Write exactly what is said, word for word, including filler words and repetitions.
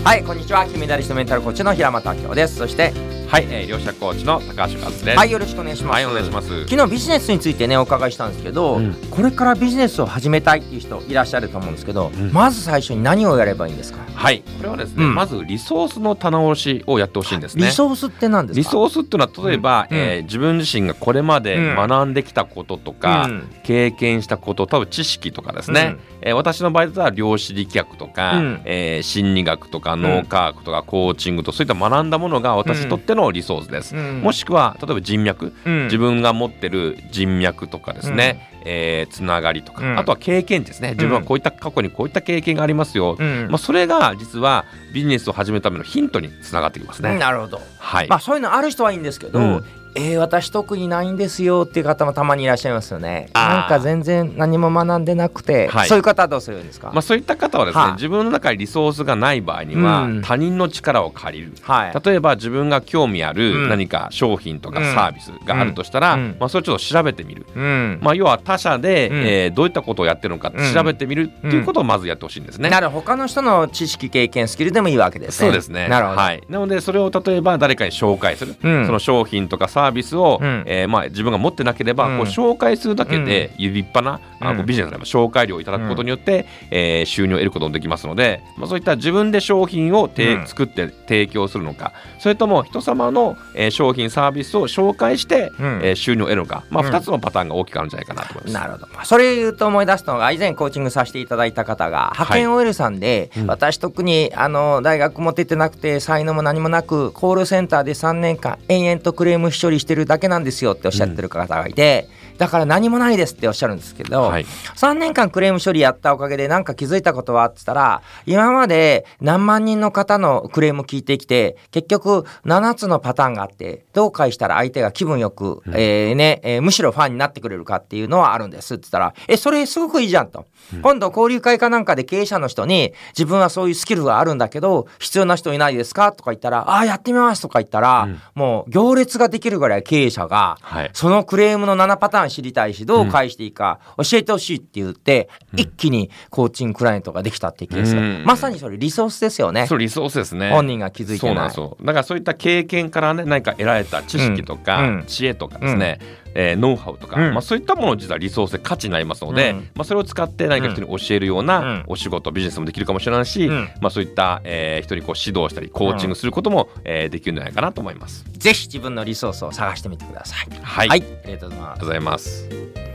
はい、こんにちは。金メダリストメンタルコーチの平又明夫です。そしてはい、えー、両者コーチの高橋和です。 はい、よろしくお願いします。 はい、お願いします。 昨日ビジネスについてねお伺いしたんですけど、うん、これからビジネスを始めたいっていう人いらっしゃると思うんですけど、うん、まず最初に何をやればいいんですか？ はい、これはですね、うん、まずリソースの棚卸しをやってほしいんですね。 リソースって何ですか？ リソースっていうのは例えば、うんえー、自分自身がこれまで学んできたこととか、うん、経験したこと多分知識とかですね、うんえー、私の場合だったら量子力学とか、うんえー、心理学とか脳科学とかコーチングとそういった学んだものが私にとってのリソースです、うん、もしくは例えば人脈、うん、自分が持ってる人脈とかですね、うんえー、つながりとか、うん、あとは経験ですね。自分はこういった過去にこういった経験がありますよ、うんまあ、それが実はビジネスを始めるためのヒントにつながってきますね。 なるほど、 はいまあ、そういうのある人はいいんですけど、うんえー、私特にないんですよっていう方もたまにいらっしゃいますよね。なんか全然何も学んでなくて、はい、そういう方はどうするんですか？ まあ、そういった方はですね、はあ、自分の中にリソースがない場合には、うん、他人の力を借りる、はい、例えば自分が興味ある何か商品とかサービスがあるとしたら、うんまあ、それをちょっと調べてみる、うんまあ、要は他社で、うんえー、どういったことをやってるのか調べてみるっていうことをまずやってほしいんですね、 うん、なるほど。他の人の知識経験スキルでもいいわけですね。 そうですね。 なるほど、 はい、なのでそれを例えば誰かに紹介する、うん、その商品とかサービスを、うんえーまあ、自分が持ってなければ、うん、こう紹介するだけで、うん、立派な、うん、あのビジネスでも紹介料をいただくことによって、うんえー、収入を得ることもできますので、まあ、そういった自分で商品を、うん、作って提供するのか、それとも人様の、えー、商品サービスを紹介して、うんえー、収入を得るのか、まあ、ふたつのパターンが大きくあるんじゃないかなと思います、うん、 なるほど。それ言うと思い出すのが以前コーチングさせていただいた方が派遣 オーエル さんで、はいうん、私特にあの大学も出てなくて才能も何もなくコールセンターでさんねんかん延々とクレーム処理してるだけなんですよっておっしゃってる方がいて、うん、だから何もないですっておっしゃるんですけど、はい、さんねんかんクレーム処理やったおかげで何か気づいたことはって言ったら、今まで何万人の方のクレーム聞いてきて結局ななつのパターンがあって、どう返したら相手が気分よく、うんえーねえー、むしろファンになってくれるかっていうのはあるんですって言ったら、えそれすごくいいじゃんと、うん、今度交流会かなんかで経営者の人に自分はそういうスキルがあるんだけど必要な人いないですかとか言ったら、ああやってみますとか言ったら、うん、もう行列ができるぐらい経営者が、はい、そのクレームのななパターン知りたいしどう返していいか教えてほしいって言って、うん、一気にコーチングクライアントができたっていうケースが、うん、まさにそれリソースですよね。 そうリソースですね。 本人が気づいてない。そうなんですよ。だからそういった経験からね何か得られた知識とか、うん、知恵とかですね、うんえー、ノウハウとか、うんまあ、そういったものを実はリソースで価値になりますので、うんまあ、それを使って何か人に教えるようなお仕事、うん、ビジネスもできるかもしれないし、うんまあ、そういった、えー、人にこう指導したりコーチングすることも、うんえー、できるんじゃないかなと思います。 ぜひ自分のリソースを探してみてください。 はい、はい、 ありがとうございます。 ありがとうございます。